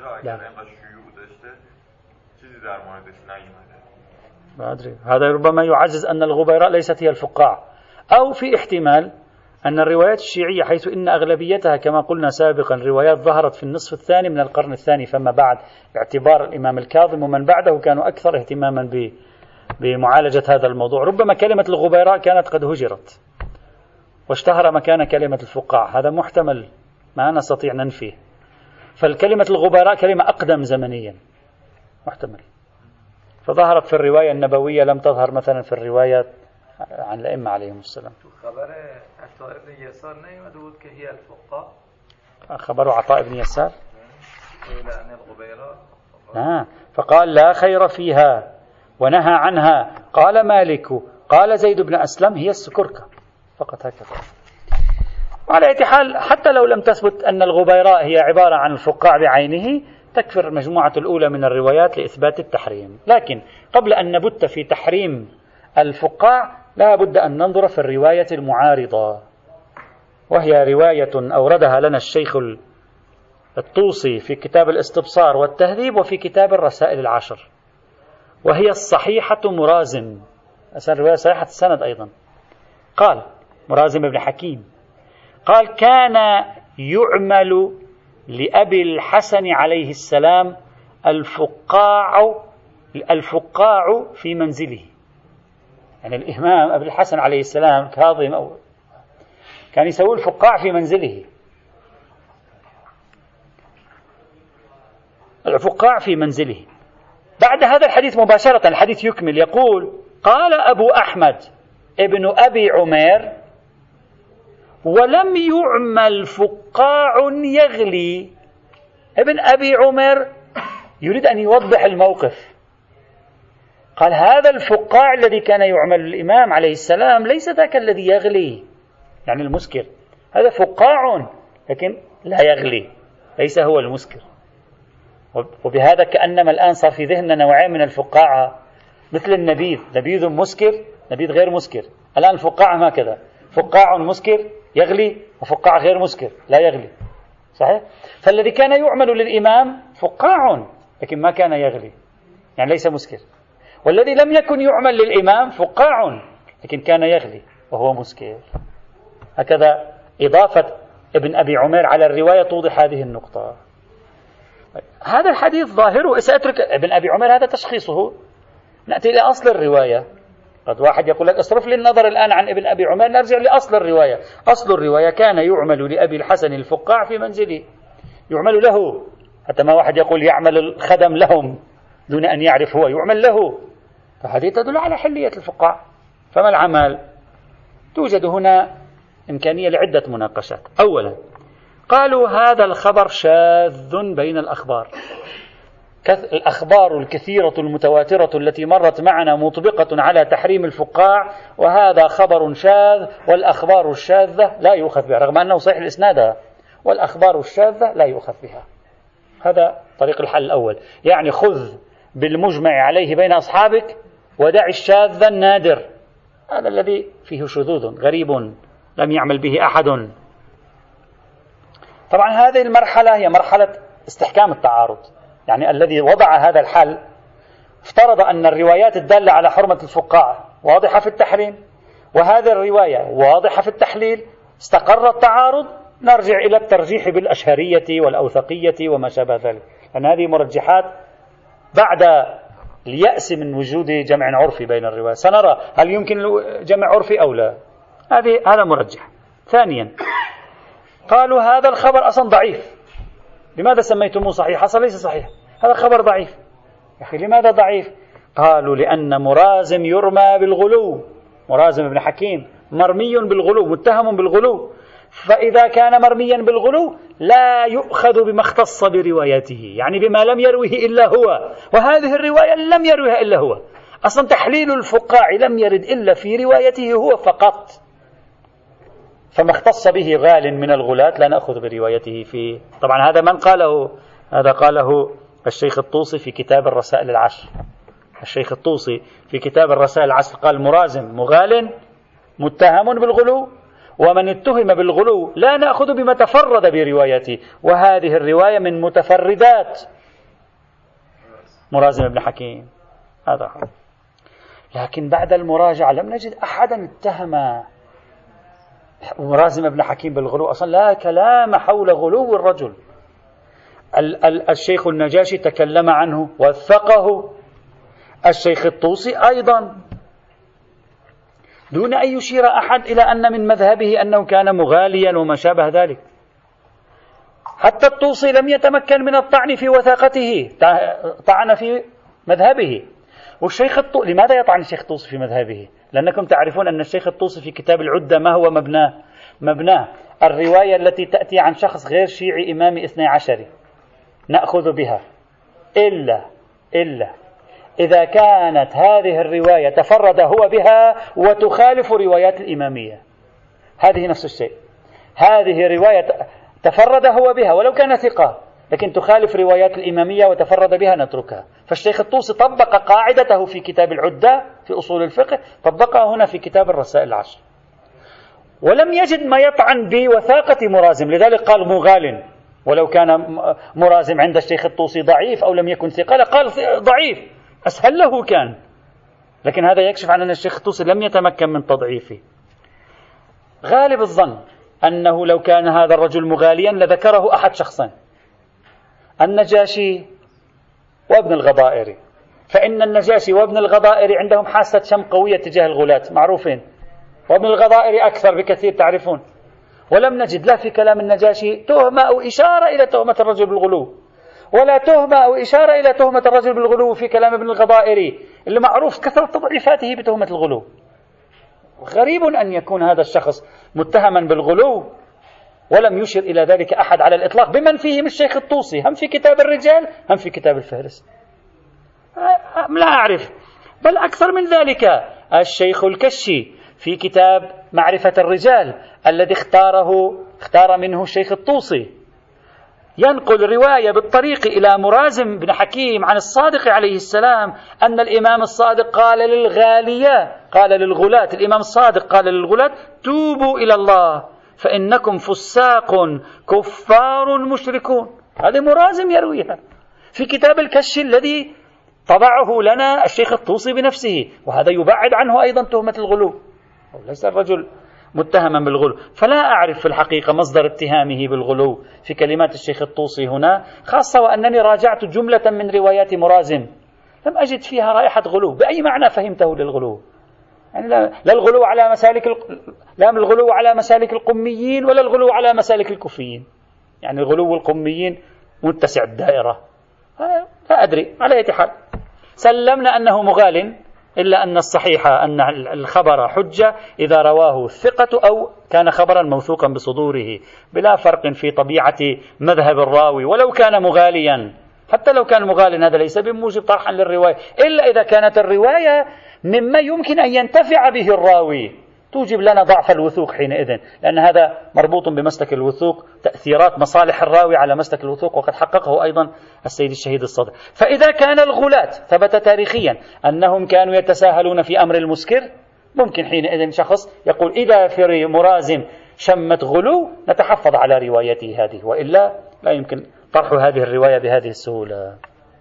ما أدري، هذا ربما يعزز أن الغبيراء ليست هي الفقاع، أو في احتمال أن الروايات الشيعية حيث إن أغلبيتها كما قلنا سابقا روايات ظهرت في النصف الثاني من القرن الثاني فما بعد، باعتبار الإمام الكاظم ومن بعده كانوا أكثر اهتماما بمعالجة هذا الموضوع. ربما كلمة الغبيراء كانت قد هجرت واشتهر مكان كلمة الفقاع، هذا محتمل ما نستطيع ننفيه. فالكلمة الغبراء كلمة أقدم زمنيا، محتمل، فظهرت في الرواية النبوية، لم تظهر مثلا في الروايات عن الأئمة عليهم السلام. خبر عطاء بن يسار نيمدود كهي الفقاء، خبر عطاء بن يسار فقال لا خير فيها ونهى عنها، قال مالك قال زيد بن أسلم هي السكركة فقط، هكذا. وعلى أي حال حتى لو لم تثبت أن الغبيراء هي عبارة عن الفقاع بعينه، تكفر المجموعة الأولى من الروايات لإثبات التحريم. لكن قبل أن نبت في تحريم الفقاع لا بد أن ننظر في الرواية المعارضة، وهي رواية أوردها لنا الشيخ الطوسي في كتاب الاستبصار والتهذيب وفي كتاب الرسائل العشر، وهي الصحيحة مرازم، رواية صحيحة السند أيضا. قال مرازم بن حكيم قال كان يعمل لأبي الحسن عليه السلام الفقاع في منزله، يعني الإمام أبي الحسن عليه السلام كاظم كان يسوي الفقاع في منزله، الفقاع في منزله. بعد هذا الحديث مباشرة الحديث يكمل يقول قال أبو أحمد ابن أبي عمير ولم يعمل فقاع يغلي. ابن أبي عمر يريد أن يوضح الموقف، قال هذا الفقاع الذي كان يعمل الإمام عليه السلام ليس ذاك الذي يغلي، يعني المسكر، هذا فقاع لكن لا يغلي، ليس هو المسكر. وبهذا كأنما الآن صار في ذهننا نوعين من الفقاعة، مثل النبيذ، نبيذ مسكر نبيذ غير مسكر. الآن الفقاعة هكذا، فقاع مسكر يغلي وفقاع غير مسكر لا يغلي، صحيح؟ فالذي كان يعمل للإمام فقاع لكن ما كان يغلي، يعني ليس مسكر. والذي لم يكن يعمل للإمام فقاع لكن كان يغلي وهو مسكر. هكذا إضافة ابن أبي عمير على الرواية توضح هذه النقطة. هذا الحديث ظاهره، سأترك ابن أبي عمير هذا تشخيصه، نأتي إلى أصل الرواية. قد واحد يقول لك اصرف لي النظر الآن عن ابن أبي عمير، نرجع لأصل الرواية. أصل الرواية كان يعمل لأبي الحسن الفقاع في منزله، يعمل له، حتى ما واحد يقول يعمل الخدم لهم دون أن يعرف هو، يعمل له، فهذه تدل على حلية الفقاع. فما العمل؟ توجد هنا إمكانية لعدة مناقشات. أولا قالوا هذا الخبر شاذ بين الأخبار، الأخبار الكثيرة المتواترة التي مرت معنا مطبقة على تحريم الفقاع، وهذا خبر شاذ، والأخبار الشاذة لا يؤخذ بها، رغم أنه صحيح الإسناد، والأخبار الشاذة لا يؤخذ بها. هذا طريق الحل الأول، يعني خذ بالمجمع عليه بين أصحابك ودع الشاذ النادر، هذا الذي فيه شذوذ غريب لم يعمل به أحد. طبعا هذه المرحلة هي مرحلة استحكام التعارض، يعني الذي وضع هذا الحل افترض أن الروايات الدالة على حرمة الفقاع واضحة في التحريم، وهذه الرواية واضحة في التحليل، استقر التعارض، نرجع إلى الترجيح بالأشهرية والأوثقية وما شابه ذلك، لأن هذه مرجحات بعد اليأس من وجود جمع عرفي بين الروايات. سنرى هل يمكن جمع عرفي أو لا، هذا مرجح. ثانيا قالوا هذا الخبر أصلا ضعيف، لماذا سميتموه صحيح؟ أصلا ليس صحيح، هذا خبر ضعيف. يا أخي لماذا ضعيف؟ قالوا لأن مرازم يرمى بالغلو، مرازم بن حكيم مرمي بالغلو، متهم بالغلو، فإذا كان مرميا بالغلو لا يؤخذ بما اختص بروايته، يعني بما لم يروه إلا هو، وهذه الرواية لم يروها إلا هو. أصلا تحليل الفقاع لم يرد إلا في روايته هو فقط، فما اختص به غال من الغلاة لا نأخذ بروايته فيه. طبعا هذا من قاله؟ هذا قاله الشيخ الطوسي في كتاب الرسائل العشر. الشيخ الطوسي في كتاب الرسائل العشر قال مرازم مغال متهم بالغلو، ومن اتهم بالغلو لا نأخذ بما تفرد بروايته، وهذه الرواية من متفردات مرازم بن حكيم. هذا هو. لكن بعد المراجعة لم نجد أحدا اتهم مرازم بن حكيم بالغلو، أصلا لا كلام حول غلو الرجل. الشيخ النجاشي تكلم عنه وثقه، الشيخ الطوسي أيضا، دون أن يشير أحد إلى أن من مذهبه أنه كان مغاليا وما شابه ذلك. حتى الطوسي لم يتمكن من الطعن في وثاقته، طعن في مذهبه. والشيخ لماذا يطعن الشيخ الطوسي في مذهبه؟ لأنكم تعرفون أن الشيخ الطوسي في كتاب العدة ما هو مبناه الرواية التي تأتي عن شخص غير شيعي إمامي 12 نأخذ بها إلا إذا كانت هذه الرواية تفرد هو بها وتخالف روايات الإمامية. هذه نفس الشيء، هذه رواية تفرد هو بها ولو كان ثقة، لكن تخالف روايات الإمامية وتفرد بها نتركها. فالشيخ الطوسي طبق قاعدته في كتاب العدة في أصول الفقه، طبقها هنا في كتاب الرسائل العشر، ولم يجد ما يطعن بوثاقة مرازم، لذلك قال مغال. ولو كان مرازم عند الشيخ الطوسي ضعيف أو لم يكن ثقة لقال ضعيف، أسهل له كان. لكن هذا يكشف عن أن الشيخ الطوسي لم يتمكن من تضعيفه. غالب الظن أنه لو كان هذا الرجل مغاليا لذكره أحد شخصين، النجاشي وابن الغضائري، فإن النجاشي وابن الغضائري عندهم حاسة شم قوية تجاه الغلاة معروفين، وابن الغضائري أكثر بكثير تعرفون. ولم نجد لا في كلام النجاشي تهمة أو إشارة إلى تهمة الرجل بالغلو، ولا تهمة أو إشارة إلى تهمة الرجل بالغلو في كلام ابن الغضائري اللي معروف كثرة تضعيفاته بتهمة الغلو. غريب أن يكون هذا الشخص متهما بالغلو ولم يشر إلى ذلك أحد على الإطلاق، بمن فيهم الشيخ الطوسي، هم في كتاب الرجال هم في كتاب الفهرس. لا أعرف، بل أكثر من ذلك الشيخ الكشي في كتاب معرفة الرجال الذي اختار منه الشيخ الطوسي ينقل رواية بالطريق إلى مرازم بن حكيم عن الصادق عليه السلام أن الإمام الصادق قال للغلاة الإمام الصادق قال للغلاة توبوا إلى الله فإنكم فساق كفار مشركون. هذا مرازم يرويها في كتاب الكشي الذي طبعه لنا الشيخ الطوسي بنفسه، وهذا يبعد عنه أيضا تهمة الغلو، ليس الرجل متهما بالغلو. فلا أعرف في الحقيقة مصدر اتهامه بالغلو في كلمات الشيخ الطوسي هنا، خاصة وأنني راجعت جملة من روايات مرازم لم أجد فيها رائحة غلو. بأي معنى فهمته للغلو؟ يعني لا الغلو على الغلو على مسالك القميين ولا الغلو على مسالك الكوفيين، يعني الغلو القميين متسع الدائرة. لا أدري، على أي حال سلمنا أنه مغال، إلا أن الصحيح أن الخبر حجة إذا رواه الثقة أو كان خبرا موثوقا بصدوره، بلا فرق في طبيعة مذهب الراوي ولو كان مغاليا. حتى لو كان مغاليا هذا ليس بموجب طرحا للرواية، إلا إذا كانت الرواية مما يمكن أن ينتفع به الراوي توجب لنا ضعف الوثوق حينئذ، لأن هذا مربوط بمسلك الوثوق، تأثيرات مصالح الراوي على مسلك الوثوق، وقد حققه أيضا السيد الشهيد الصدر. فإذا كان الغلاة ثبت تاريخيا أنهم كانوا يتساهلون في أمر المسكر، ممكن حينئذ شخص يقول إذا في مرازم شمت غلو نتحفظ على روايته هذه، وإلا لا يمكن طرح هذه الرواية بهذه السهولة.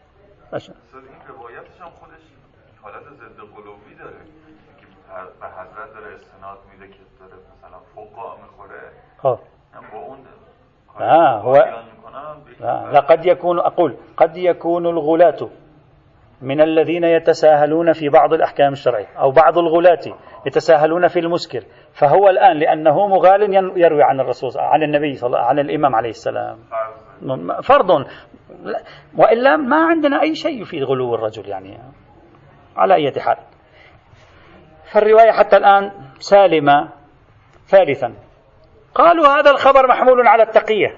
قد يكون الغلاة من الذين يتساهلون في بعض الأحكام الشرعية، أو بعض الغلاة يتساهلون في المسكر، فهو الآن لأنه مغال يروي عن الرسول عن النبي عن الإمام عليه السلام فرض، وإلا ما عندنا أي شيء في غلو الرجل يعني. على أي حال فالرواية حتى الآن سالمة. ثالثا قالوا هذا الخبر محمول على التقية،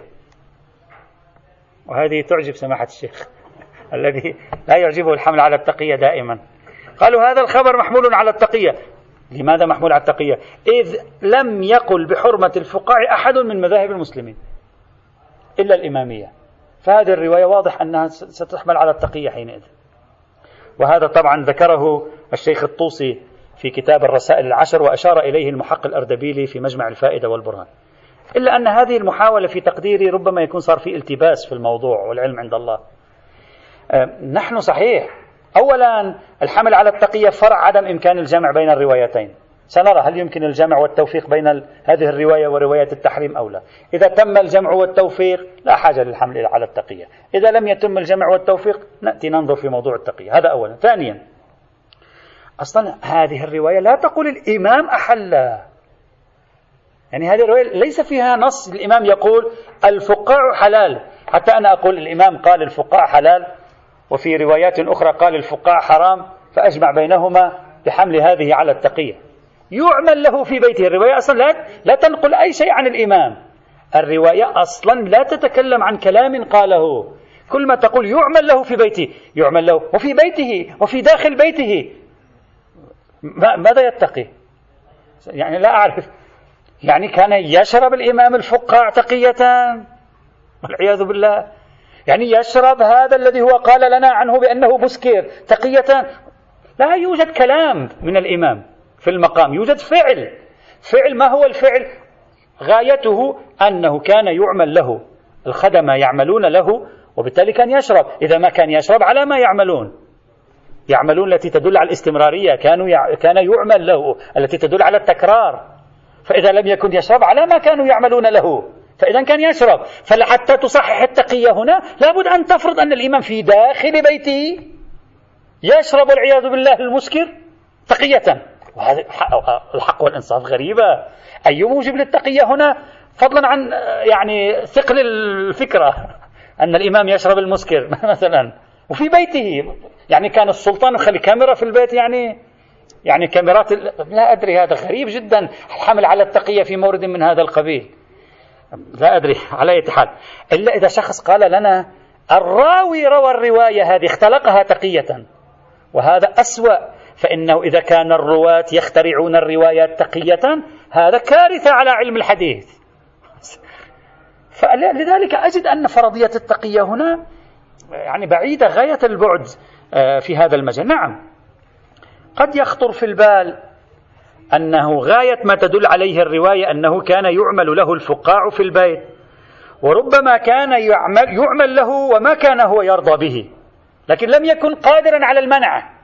وهذه تعجب سماحة الشيخ الذي لا يعجبه الحمل على التقية دائما. قالوا هذا الخبر محمول على التقية. لماذا محمول على التقية؟ إذ لم يقل بحرمة الفقاع أحد من مذاهب المسلمين إلا الإمامية، فهذه الرواية واضح أنها ستحمل على التقية حينئذ. وهذا طبعا ذكره الشيخ الطوسي في كتاب الرسائل العشر، وأشار إليه المحقق الأردبيلي في مجمع الفائدة والبرهان. إلا أن هذه المحاولة في تقديري ربما يكون صار في التباس في الموضوع، والعلم عند الله. نحن صحيح أولا الحمل على التقية فرع عدم إمكان الجمع بين الروايتين. سنرى هل يمكن الجمع والتوفيق بين هذه الرواية ورواية التحريم أو لا. إذا تم الجمع والتوفيق لا حاجة للحمل على التقية، إذا لم يتم الجمع والتوفيق نأتي ننظر في موضوع التقية. هذا أولا. ثانيا أصلا هذه الرواية لا تقول الإمام أحل، يعني هذه الرواية ليس فيها نص الإمام يقول الفقاع حلال، حتى أنا أقول الإمام قال الفقاع حلال وفي روايات أخرى قال الفقاع حرام فأجمع بينهما بحمل هذه على التقية. يعمل له في بيته. الرواية أصلا لا تنقل أي شيء عن الإمام، الرواية أصلا لا تتكلم عن كلام قاله، كل ما تقول يعمل له في بيته، يعمل له وفي بيته وفي داخل بيته. ماذا يتقي؟ يعني لا أعرف، يعني كان يشرب الإمام الفقاع تقية والعياذ بالله، يعني يشرب هذا الذي هو قال لنا عنه بأنه مسكر تقية. لا يوجد كلام من الإمام في المقام، يوجد فعل. ما هو الفعل؟ غايته أنه كان يعمل له، الخدمة يعملون له وبالتالي كان يشرب. إذا ما كان يشرب على ما يعملون التي تدل على الاستمرارية، كان يعمل له التي تدل على التكرار. فإذا لم يكن يشرب على ما كانوا يعملون له، فإذا كان يشرب. فحتى تصحح التقية هنا لابد أن تفرض أن الإمام في داخل بيته يشرب والعياذ بالله المسكر تقية. وهذا الحق والإنصاف غريبة. أي موجب للتقية هنا فضلا عن يعني ثقل الفكرة أن الإمام يشرب المسكر مثلا وفي بيته؟ يعني كان السلطان يخلي كاميرا في البيت، يعني كاميرات لا أدري. هذا غريب جدا الحمل على التقية في مورد من هذا القبيل. لا أدري على أي حال، إلا إذا شخص قال لنا الراوي روى الرواية هذه اختلقها تقية، وهذا أسوأ. فإنه إذا كان الرواة يخترعون الروايات تقية هذا كارثة على علم الحديث. فلذلك أجد أن فرضية التقية هنا يعني بعيدة غاية البعد في هذا المجال. نعم قد يخطر في البال أنه غاية ما تدل عليه الرواية أنه كان يعمل له الفقاع في البيت، وربما كان يعمل له وما كان هو يرضى به، لكن لم يكن قادرا على المنع.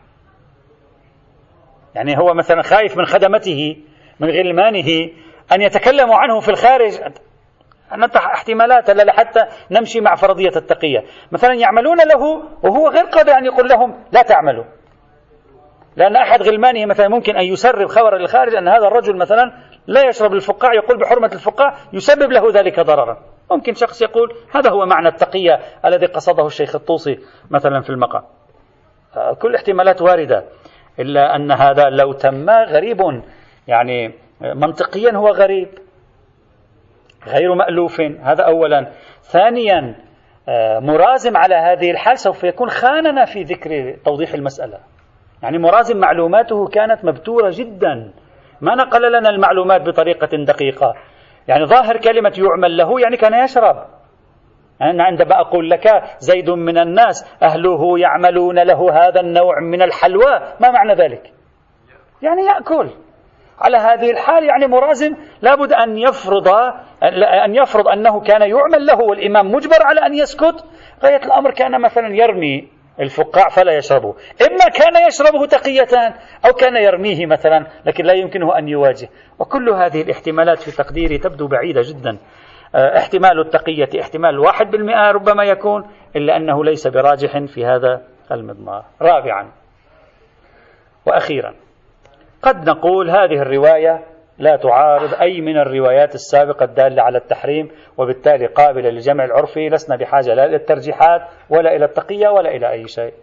يعني هو مثلا خايف من خدمته من غلمانه أن يتكلموا عنه في الخارج. نطرح احتمالات حتى نمشي مع فرضية التقية. مثلا يعملون له وهو غير قادر أن يقول لهم لا تعملوا، لأن أحد غلمانه مثلا ممكن أن يسرب خبر للخارج أن هذا الرجل مثلا لا يشرب الفقاع، يقول بحرمة الفقاع، يسبب له ذلك ضررا. ممكن شخص يقول هذا هو معنى التقية الذي قصده الشيخ الطوسي مثلا في المقام. كل احتمالات واردة، إلا أن هذا لو تم غريب، يعني منطقيا هو غريب غير مألوف. هذا أولا. ثانيا مرازم على هذه الحال سوف يكون خاننا في ذكر توضيح المسألة. يعني مرازم معلوماته كانت مبتورة جدا، ما نقل لنا المعلومات بطريقة دقيقة. يعني ظاهر كلمة يعمل له يعني كان يشرب. أنا عندما أقول لك زيد من الناس أهله يعملون له هذا النوع من الحلوى، ما معنى ذلك؟ يعني يأكل. على هذه الحال يعني مرازم لابد أن يفرض أنه كان يعمل له والإمام مجبر على أن يسكت. غاية الأمر كان مثلا يرمي الفقاع فلا يشربه، إما كان يشربه تقية أو كان يرميه مثلا لكن لا يمكنه أن يواجه. وكل هذه الاحتمالات في تقديري تبدو بعيدة جدا. احتمال التقية احتمال 1% ربما يكون، إلا أنه ليس براجح في هذا المضمار. رابعا وأخيرا قد نقول هذه الرواية لا تعارض أي من الروايات السابقة الدالة على التحريم، وبالتالي قابلة للجمع العرفي، لسنا بحاجة لا إلى الترجيحات ولا إلى التقية ولا إلى أي شيء.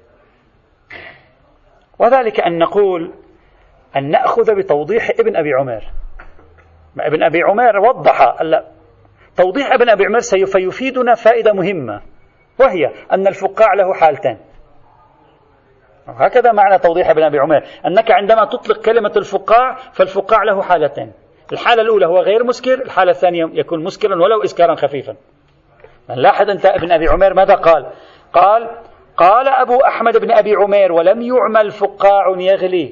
وذلك أن نقول أن نأخذ بتوضيح ابن أبي عمير. ابن أبي عمير وضح توضيح ابن أبي عمير سوف يفيدنا فائدة مهمة، وهي أن الفقاع له حالتين. هكذا معنى توضيح ابن أبي عمير، أنك عندما تطلق كلمة الفقاع فالفقاع له حالتين. الحالة الأولى هو غير مسكر، الحالة الثانية يكون مسكرا ولو إسكارا خفيفا. لاحظ أنت ابن أبي عمير ماذا قال أبو أحمد بن أبي عمير ولم يعمل فقاع يغلي.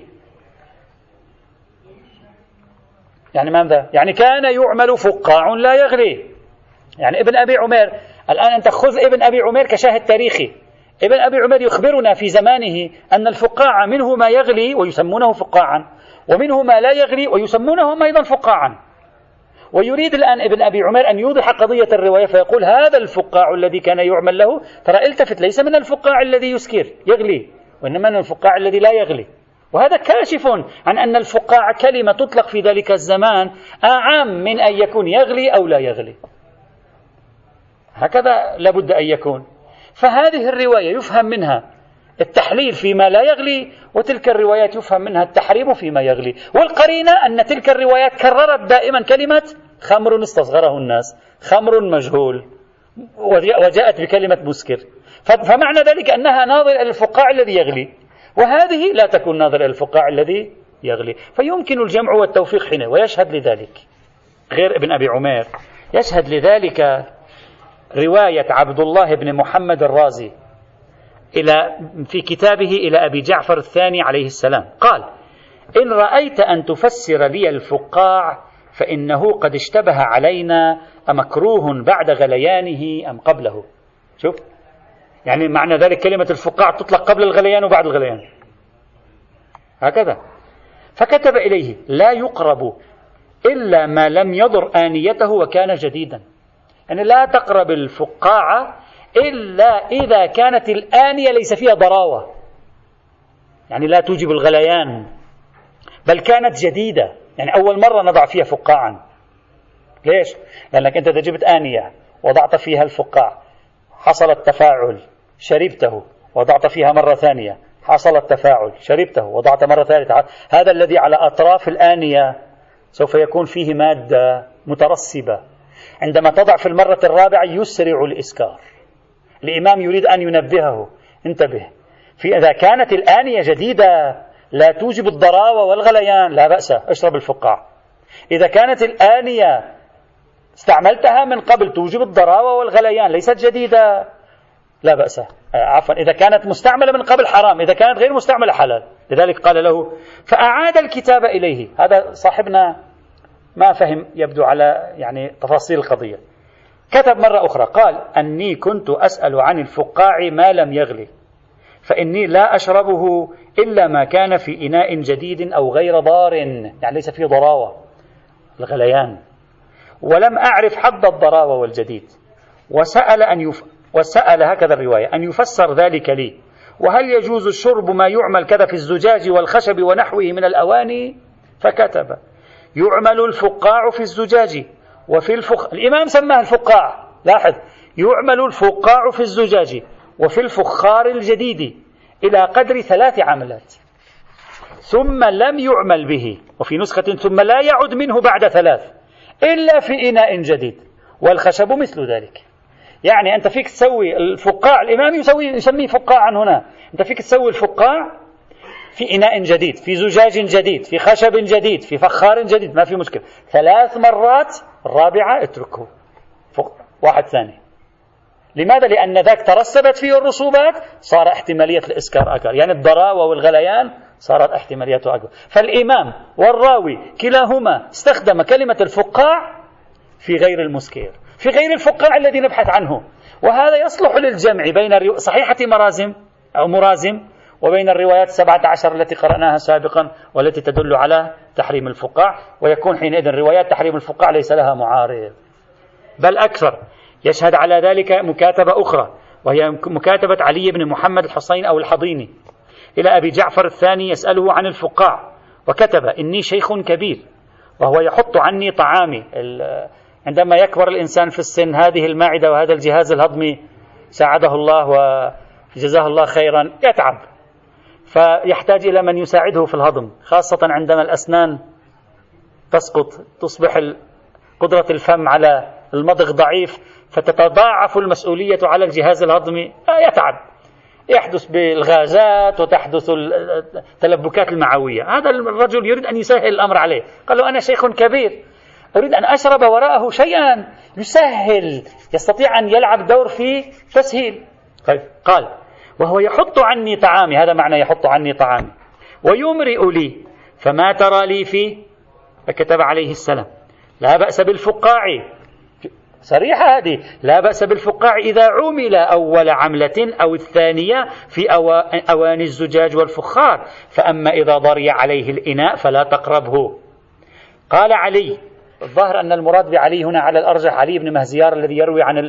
يعني ماذا؟ يعني كان يعمل فقاع لا يغلي. يعني ابن أبي عمير الآن أنت خذ ابن أبي عمير كشاهد تاريخي. ابن أبي عمر يخبرنا في زمانه أن الفقاعة منه ما يغلي ويسمونه فقاعا، ومنه ما لا يغلي ويسمونهم أيضا فقاعا. ويريد الآن ابن أبي عمر أن يوضح قضية الرواية، فيقول هذا الفقاع الذي كان يعمل له ترى التفت ليس من الفقاع الذي يسكر يغلي، وإنما من الفقاع الذي لا يغلي. وهذا كاشف عن أن الفقاع كلمة تطلق في ذلك الزمان أعم من أن يكون يغلي أو لا يغلي، هكذا لابد أن يكون. فهذه الرواية يفهم منها التحليل فيما لا يغلي، وتلك الروايات يفهم منها التحريم فيما يغلي. والقرينة أن تلك الروايات كررت دائما كلمة خمر استصغره الناس، خمر مجهول، وجاءت بكلمة مسكر. فمعنى ذلك أنها ناظر إلى الفقاع الذي يغلي، وهذه لا تكون ناظر إلى الفقاع الذي يغلي. فيمكن الجمع والتوفيق حين. ويشهد لذلك غير ابن أبي عمر، يشهد لذلك رواية عبد الله بن محمد الرازي في كتابه إلى أبي جعفر الثاني عليه السلام، قال: إن رأيت أن تفسر لي الفقاع فإنه قد اشتبه علينا أمكروه بعد غليانه أم قبله. شوف، يعني معنى ذلك كلمة الفقاع تطلق قبل الغليان وبعد الغليان، هكذا. فكتب إليه: لا يقرب إلا ما لم يضر آنيته وكان جديدا. يعني لا تقرب الفقاعة إلا إذا كانت الآنية ليس فيها ضراوة، يعني لا توجب الغليان، بل كانت جديدة، يعني أول مرة نضع فيها فقاعا. ليش؟ لأنك أنت جبت آنية وضعت فيها الفقاع، حصل التفاعل، شربته وضعت فيها مرة ثانية، حصل التفاعل، شربته وضعت مرة ثالثة. هذا الذي على أطراف الآنية سوف يكون فيه مادة مترسبة، عندما تضع في المرة الرابعة يسرع الإسكار. الإمام يريد أن ينبهه: انتبه، إذا كانت الآنية جديدة لا توجب الضراوة والغليان لا بأس، اشرب الفقاع. إذا كانت الآنية استعملتها من قبل توجب الضراوة والغليان ليست جديدة لا بأس، عفوا، إذا كانت مستعملة من قبل حرام، إذا كانت غير مستعملة حلال. لذلك قال له، فأعاد الكتاب إليه. هذا صاحبنا ما فهم يبدو على يعني تفاصيل القضية. كتب مرة أخرى قال: أني كنت أسأل عن الفقاع ما لم يغلي، فإني لا أشربه إلا ما كان في إناء جديد أو غير ضار، يعني ليس فيه ضراوة الغليان، ولم أعرف حد الضراوة والجديد، وسأل هكذا الرواية أن يفسر ذلك لي، وهل يجوز الشرب ما يعمل كذا في الزجاج والخشب ونحوه من الأواني؟ فكتب: يعمل الفقاع في الزجاج وفي الإمام سماه الفقاع، لاحظ، يعمل الفقاع في الزجاج وفي الفخار الجديد إلى قدر 3 عملات، ثم لم يعمل به، وفي نسخة ثم لا يعد منه بعد 3 إلا في إناء جديد، والخشب مثل ذلك. يعني أنت فيك تسوي الفقاع، الإمام يسميه فقاعا هنا، أنت فيك تسوي الفقاع في إناء جديد، في زجاج جديد، في خشب جديد، في فخار جديد، ما في مشكلة. 3 مرات، الرابعة اتركه واحد ثاني. لماذا؟ لأن ذاك ترسبت فيه الرسوبات، صار احتمالية الإسكار أكبر، يعني الضراوة والغليان صارت احتماليته أكبر. فالإمام والراوي كلاهما استخدم كلمة الفقاع في غير المسكر، في غير الفقاع الذي نبحث عنه. وهذا يصلح للجمع بين صحيحة مرازم وبين الروايات 17 التي قرأناها سابقا والتي تدل على تحريم الفقاع، ويكون حينئذ روايات تحريم الفقاع ليس لها معارض، بل أكثر. يشهد على ذلك مكاتبة أخرى، وهي مكاتبة علي بن محمد الحسين أو الحضيني إلى أبي جعفر الثاني يسأله عن الفقاع، وكتب: إني شيخ كبير وهو يحط عني طعامي. عندما يكبر الإنسان في السن، هذه المعدة وهذا الجهاز الهضمي ساعده الله وجزاه الله خيرا يتعب، فيحتاج إلى من يساعده في الهضم، خاصة عندما الأسنان تسقط، تصبح قدرة الفم على المضغ ضعيف، فتتضاعف المسؤولية على الجهاز الهضمي، يتعب، يحدث بالغازات وتحدث التلبكات المعوية. هذا الرجل يريد أن يسهل الأمر عليه، قال له: أنا شيخ كبير أريد أن أشرب وراءه شيئا يسهل، يستطيع أن يلعب دور في تسهيل. قال: وهو يحط عني طعامي، هذا معنى يحط عني طعامي، ويمرئ لي، فما ترى لي فيه؟ فكتب عليه السلام: لا بأس بالفقاع، صريحة هذه، لا بأس بالفقاع إذا عمل أول عملة أو الثانية في أواني الزجاج والفخار، فأما إذا ضري عليه الإناء فلا تقربه. قال علي، الظاهر أن المراد بعلي هنا على الأرجح علي بن مهزيار الذي يروي عن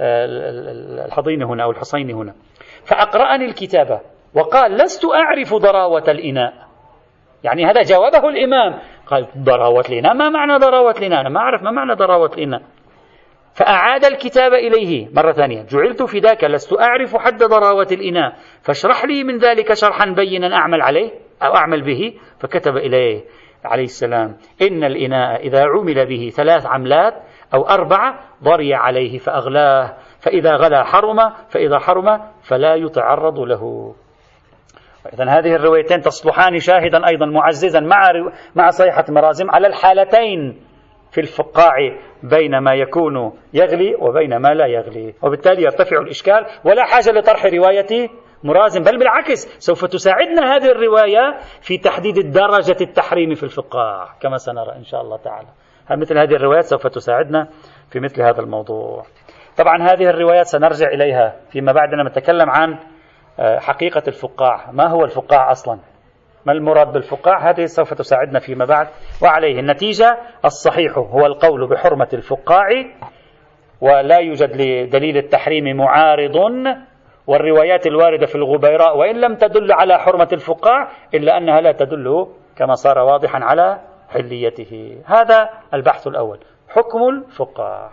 الحضين هنا أو الحصين هنا، فأقرأني الكتابة وقال لست أعرف ضراوة الإناء. يعني هذا جوابه الإمام، قال ضراوة الإناء، ما معنى ضراوة الإناء؟ أنا ما أعرف ما معنى ضراوة الإناء. فأعاد الكتاب إليه مرة ثانية، جعلت فداك لست أعرف حد ضراوة الإناء فاشرح لي من ذلك شرحا بينا أعمل عليه أو أعمل به. فكتب إليه عليه السلام إن الإناء إذا عمل به 3 عملات أو 4 ضري عليه فأغلاه، فإذا غلا حرم، فإذا حرم فلا يتعرض له. إذن هذه الروايتين تصلحان شاهدا أيضا معززا مع صيحة مرازم على الحالتين في الفقاع بين ما يكون يغلي وبين ما لا يغلي، وبالتالي يرتفع الإشكال ولا حاجة لطرح رواية مرازم، بل بالعكس سوف تساعدنا هذه الرواية في تحديد درجة التحريم في الفقاع كما سنرى إن شاء الله تعالى. مثل هذه الروايات سوف تساعدنا في مثل هذا الموضوع. طبعا هذه الروايات سنرجع إليها فيما بعد لما نتكلم عن حقيقة الفقاع، ما هو الفقاع أصلا، ما المراد بالفقاع، هذه سوف تساعدنا فيما بعد. وعليه النتيجة الصحيح هو القول بحرمة الفقاع، ولا يوجد لدليل التحريم معارض، والروايات الواردة في الغبيراء وإن لم تدل على حرمة الفقاع إلا أنها لا تدل كما صار واضحا على حليته. هذا البحث الأول، حكم الفقاع.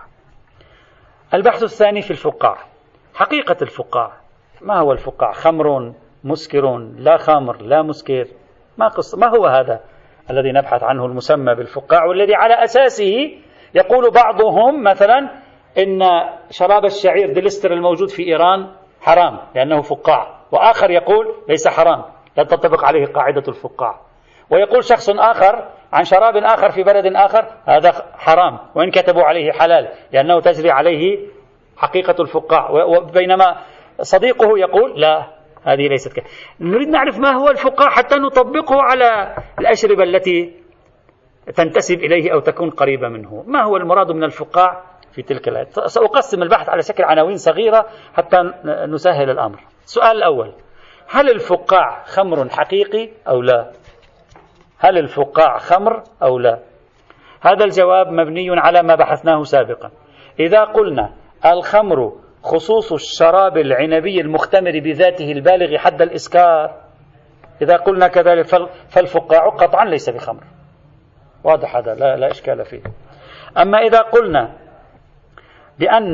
البحث الثاني في الفقاع، حقيقة الفقاع. ما هو الفقاع؟ خمر، مسكر، لا خمر، لا مسكر، ما هو هذا الذي نبحث عنه المسمى بالفقاع، والذي على أساسه يقول بعضهم مثلا إن شراب الشعير ديلستر الموجود في إيران حرام لأنه فقاع، وآخر يقول ليس حرام، لا تنطبق عليه قاعدة الفقاع. ويقول شخص آخر عن شراب آخر في بلد آخر هذا حرام وإن كتبوا عليه حلال لأنه تجري عليه حقيقة الفقاع، وبينما صديقه يقول لا هذه ليست كذا. نريد نعرف ما هو الفقاع حتى نطبقه على الأشربة التي تنتسب إليه أو تكون قريبة منه. ما هو المراد من الفقاع في تلك الآية؟ سأقسم البحث على شكل عناوين صغيرة حتى نسهل الأمر. السؤال الأول، هل الفقاع خمر حقيقي أو لا؟ هل الفقاع خمر أو لا؟ هذا الجواب مبني على ما بحثناه سابقا. إذا قلنا الخمر خصوص الشراب العنبي المختمر بذاته البالغ حد الإسكار، إذا قلنا كذلك فالفقاع قطعا ليس بخمر، واضح هذا لا إشكال فيه. أما إذا قلنا بأن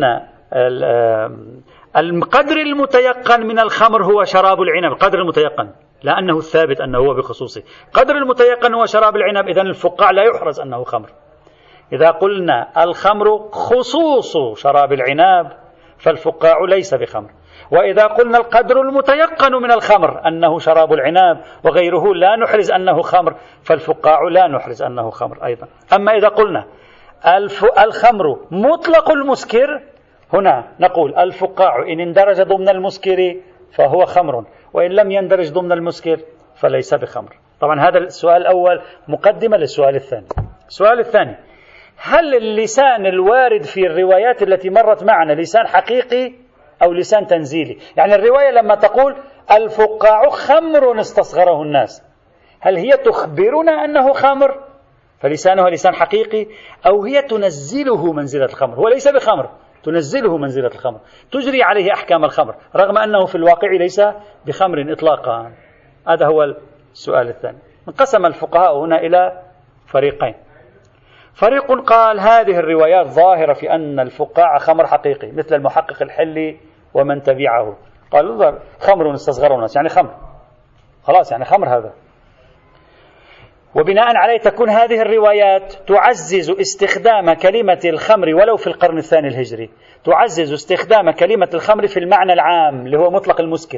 القدر المتيقن من الخمر هو شراب العنب، قدر المتيقن لا أنه الثابت أنه هو بخصوصه، قدر المتيقن هو شراب العنب، إذن الفقاع لا يحرز أنه خمر. إذا قلنا الخمر خصوص شراب العنب فالفقاع ليس بخمر. وإذا قلنا القدر المتيقن من الخمر أنه شراب العنب وغيره لا نحرز أنه خمر فالفقاع لا نحرز أنه خمر أيضا. أما إذا قلنا الخمر مطلق المسكر، هنا نقول الفقاع إن اندرج ضمن المسكر فهو خمر، وإن لم يندرج ضمن المسكر فليس بخمر. طبعا هذا السؤال الأول مقدمة للسؤال الثاني. السؤال الثاني، هل اللسان الوارد في الروايات التي مرت معنا لسان حقيقي أو لسان تنزيلي؟ يعني الرواية لما تقول الفقاع خمر استصغره الناس، هل هي تخبرنا أنه خمر فلسانها لسان حقيقي، أو هي تنزله منزلة الخمر؟ هو ليس بخمر، تنزله منزلة الخمر، تجري عليه أحكام الخمر رغم أنه في الواقع ليس بخمر إطلاقا. هذا هو السؤال الثاني. انقسم الفقهاء هنا إلى فريقين. فريق قال هذه الروايات ظاهرة في أن الفقاع خمر حقيقي، مثل المحقق الحلي ومن تبعه، قال خمر استصغره الناس يعني خمر، خلاص يعني خمر هذا. وبناء عليه تكون هذه الروايات تعزز استخدام كلمة الخمر ولو في القرن الثاني الهجري، تعزز استخدام كلمة الخمر في المعنى العام اللي هو مطلق المسكر،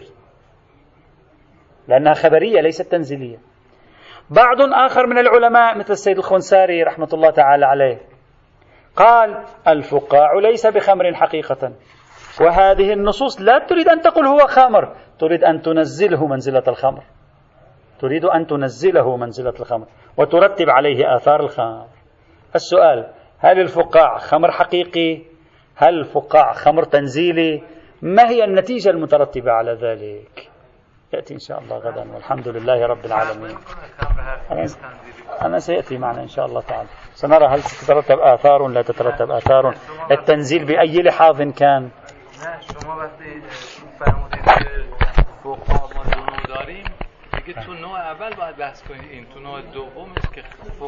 لأنها خبرية ليست تنزيلية. بعض آخر من العلماء مثل السيد الخنساري رحمة الله تعالى عليه قال الفقاع ليس بخمر حقيقة، وهذه النصوص لا تريد أن تقول هو خمر، تريد أن تنزله منزلة الخمر، تريد أن تنزله منزلة الخمر وترتب عليه آثار الخمر. السؤال، هل الفقاع خمر حقيقي هل فقاع خمر تنزيلي؟ ما هي النتيجة المترتبة على ذلك؟ يأتي إن شاء الله غدا، والحمد لله رب العالمين. أنا سيأتي معنا إن شاء الله تعالى، سنرى هل تترتب آثار لا تترتب آثار التنزيل بأي لحاظ كان. شما وقتی فرمودید که فقها ما دو نوع داریم، دیگه تو نوع اول باید بحث کنید، این تو نوع دومش که